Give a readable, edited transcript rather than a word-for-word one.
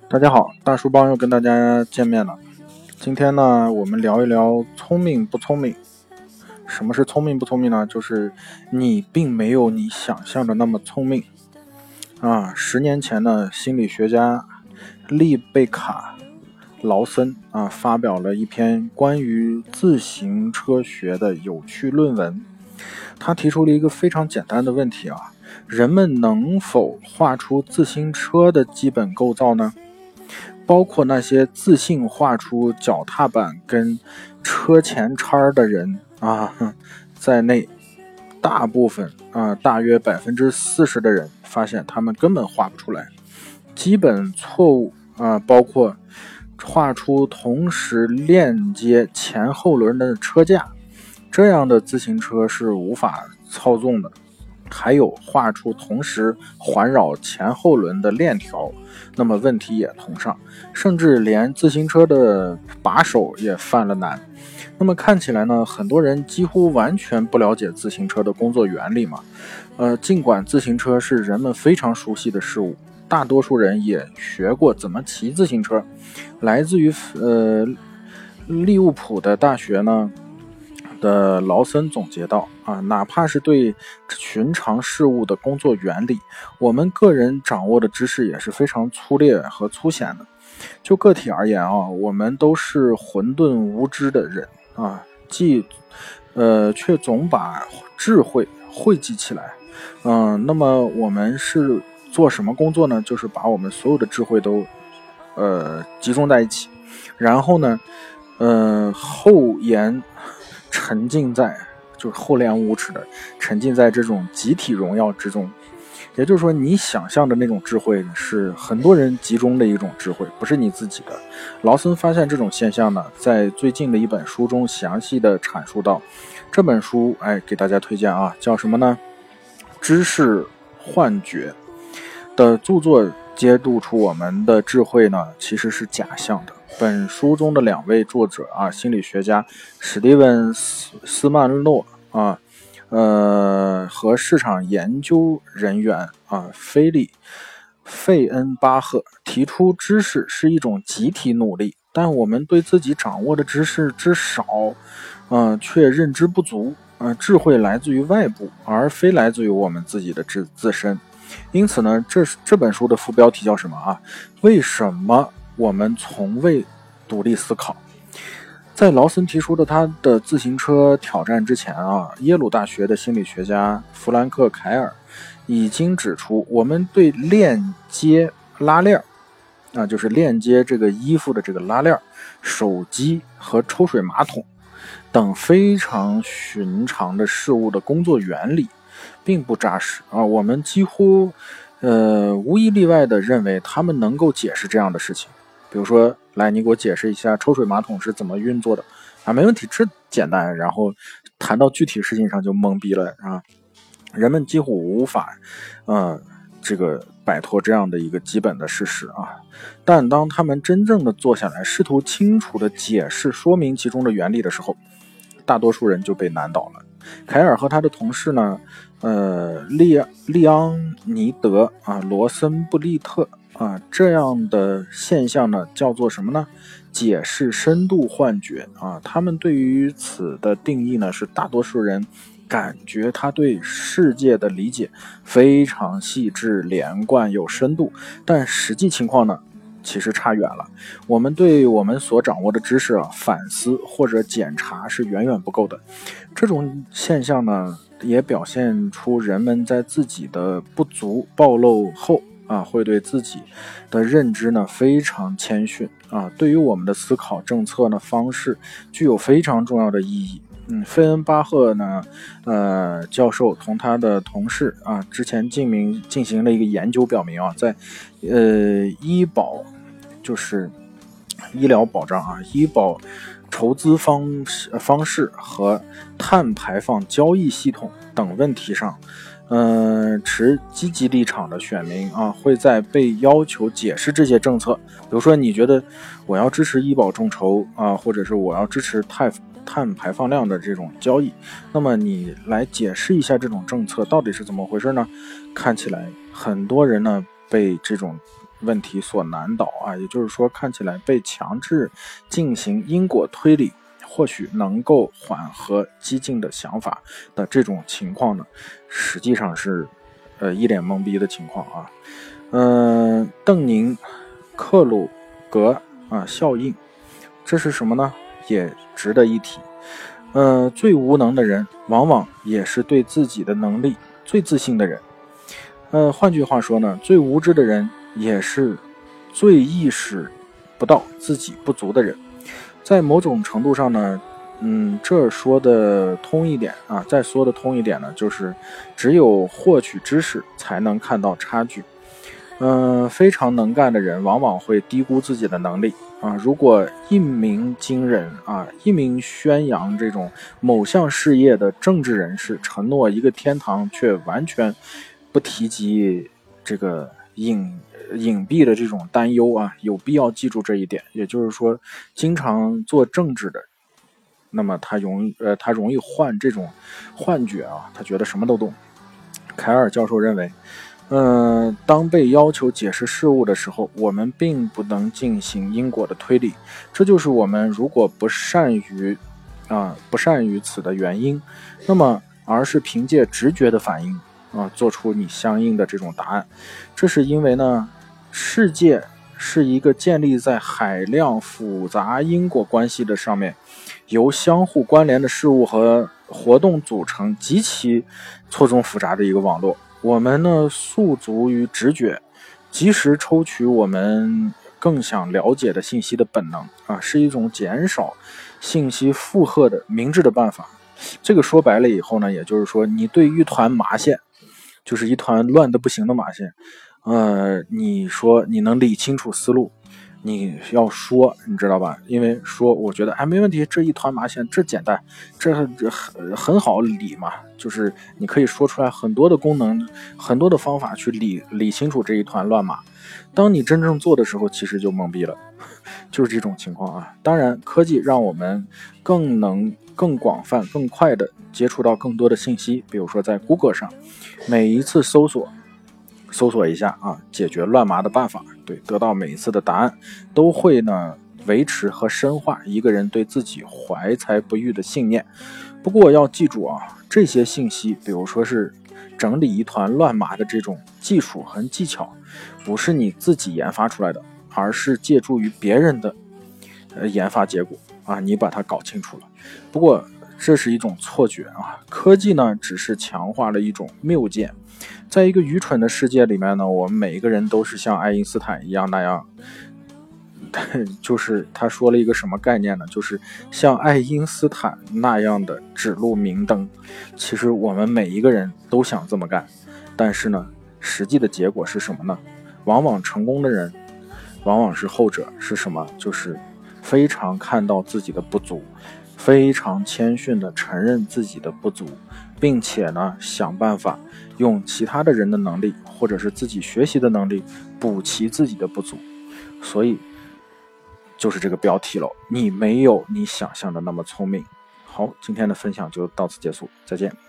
大家好，大叔帮又跟大家见面了。今天呢，我们聊一聊聪明不聪明。什么是聪明不聪明呢？就是你并没有你想象的那么聪明啊。10年前呢，心理学家丽贝卡·劳森发表了一篇关于自行车学的有趣论文。他提出了一个非常简单的问题啊，人们能否画出自行车的基本构造呢？包括那些自信画出脚踏板跟车前叉的人在内，大部分大约40%的人发现他们根本画不出来。基本错误包括画出同时链接前后轮的车架，这样的自行车是无法操纵的。还有画出同时环绕前后轮的链条，那么问题也同上，甚至连自行车的把手也犯了难。那么看起来呢，很多人几乎完全不了解自行车的工作原理嘛。尽管自行车是人们非常熟悉的事物，大多数人也学过怎么骑自行车。来自于利物浦的大学呢的劳森总结到哪怕是对寻常事物的工作原理，我们个人掌握的知识也是非常粗略和粗浅的。就个体而言我们都是混沌无知的人却总把智慧汇集起来。那么我们是做什么工作呢？就是把我们所有的智慧都集中在一起，然后呢厚颜沉浸在，就是厚脸无耻的沉浸在这种集体荣耀之中。也就是说，你想象的那种智慧是很多人集中的一种智慧，不是你自己的。劳森发现这种现象呢，在最近的一本书中详细的阐述到。这本书给大家推荐叫什么呢？知识幻觉的著作揭露出我们的智慧呢其实是假象的。本书中的2位作者心理学家史蒂文·斯曼诺和市场研究人员费恩巴赫提出，知识是一种集体努力，但我们对自己掌握的知识之少却认知不足。智慧来自于外部，而非来自于我们自己的自身。因此呢，这本书的副标题叫什么为什么我们从未独立思考？在劳森提出的他的自行车挑战之前耶鲁大学的心理学家弗兰克·凯尔已经指出，我们对链接拉链就是链接这个衣服的这个拉链、手机和抽水马桶等非常寻常的事物的工作原理并不扎实我们几乎无一例外的认为他们能够解释这样的事情。比如说，来，你给我解释一下抽水马桶是怎么运作的没问题，这简单。然后谈到具体事情上就懵逼了人们几乎无法摆脱这样的一个基本的事实但当他们真正的坐下来试图清楚的解释说明其中的原理的时候，大多数人就被难倒了。凯尔和他的同事呢利昂尼德罗森布利特这样的现象呢叫做什么呢？解释深度幻觉他们对于此的定义呢是大多数人感觉他对世界的理解非常细致、连贯、有深度，但实际情况呢其实差远了。我们对我们所掌握的知识反思或者检查是远远不够的。这种现象呢也表现出人们在自己的不足暴露后会对自己的认知呢非常谦逊对于我们的思考政策呢方式具有非常重要的意义。费恩巴赫呢教授同他的同事之前进行了一个研究，表明在医保就是医疗保障医保筹资方式和碳排放交易系统等问题上持积极立场的选民会在被要求解释这些政策，比如说你觉得我要支持医保众筹或者是我要支持碳排放量的这种交易，那么你来解释一下这种政策到底是怎么回事呢？看起来很多人呢被这种问题所难倒啊，也就是说看起来被强制进行因果推理或许能够缓和激进的想法的这种情况呢，实际上是一脸懵逼的情况啊。邓宁克鲁格效应，这是什么呢？也值得一提。最无能的人往往也是对自己的能力最自信的人。换句话说呢，最无知的人也是最意识不到自己不足的人。在某种程度上呢，这说的通一点啊，再说的通一点呢，就是只有获取知识才能看到差距。非常能干的人往往会低估自己的能力啊。如果一鸣惊人啊，一鸣宣扬这种某项事业的政治人士承诺一个天堂，却完全不提及这个隐蔽的这种担忧啊，有必要记住这一点。也就是说，经常做政治的，那么他容易患这种幻觉啊，他觉得什么都懂。凯尔教授认为，当被要求解释事物的时候，我们并不能进行因果的推理，这就是我们如果不善于此的原因，那么而是凭借直觉的反应做出你相应的这种答案。这是因为呢，世界是一个建立在海量复杂因果关系的上面，由相互关联的事物和活动组成极其错综复杂的一个网络。我们呢诉诸于直觉，及时抽取我们更想了解的信息的本能是一种减少信息负荷的明智的办法。这个说白了以后呢，也就是说，你对一团麻线，就是一团乱的不行的麻线，你说你能理清楚思路，你要说，你知道吧？因为说我觉得没问题，这一团麻线这简单，这很好理嘛，就是你可以说出来很多的功能，很多的方法去理清楚这一团乱麻。当你真正做的时候，其实就懵逼了，就是这种情况啊。当然，科技让我们更广泛、更快的接触到更多的信息，比如说在 Google 上，每一次搜索一下解决乱麻的办法，对，得到每一次的答案，都会呢维持和深化一个人对自己怀才不遇的信念。不过要记住这些信息，比如说是整理一团乱麻的这种技术和技巧，不是你自己研发出来的，而是借助于别人的研发结果你把它搞清楚了。不过这是一种错觉科技呢只是强化了一种谬见。在一个愚蠢的世界里面呢，我们每一个人都是像爱因斯坦一样那样，就是他说了一个什么概念呢？就是像爱因斯坦那样的指路明灯。其实我们每一个人都想这么干，但是呢，实际的结果是什么呢？往往成功的人，往往是后者，是什么？就是非常看到自己的不足，非常谦逊地承认自己的不足，并且呢想办法用其他的人的能力或者是自己学习的能力补齐自己的不足。所以就是这个标题了，你没有你想象的那么聪明。好，今天的分享就到此结束，再见。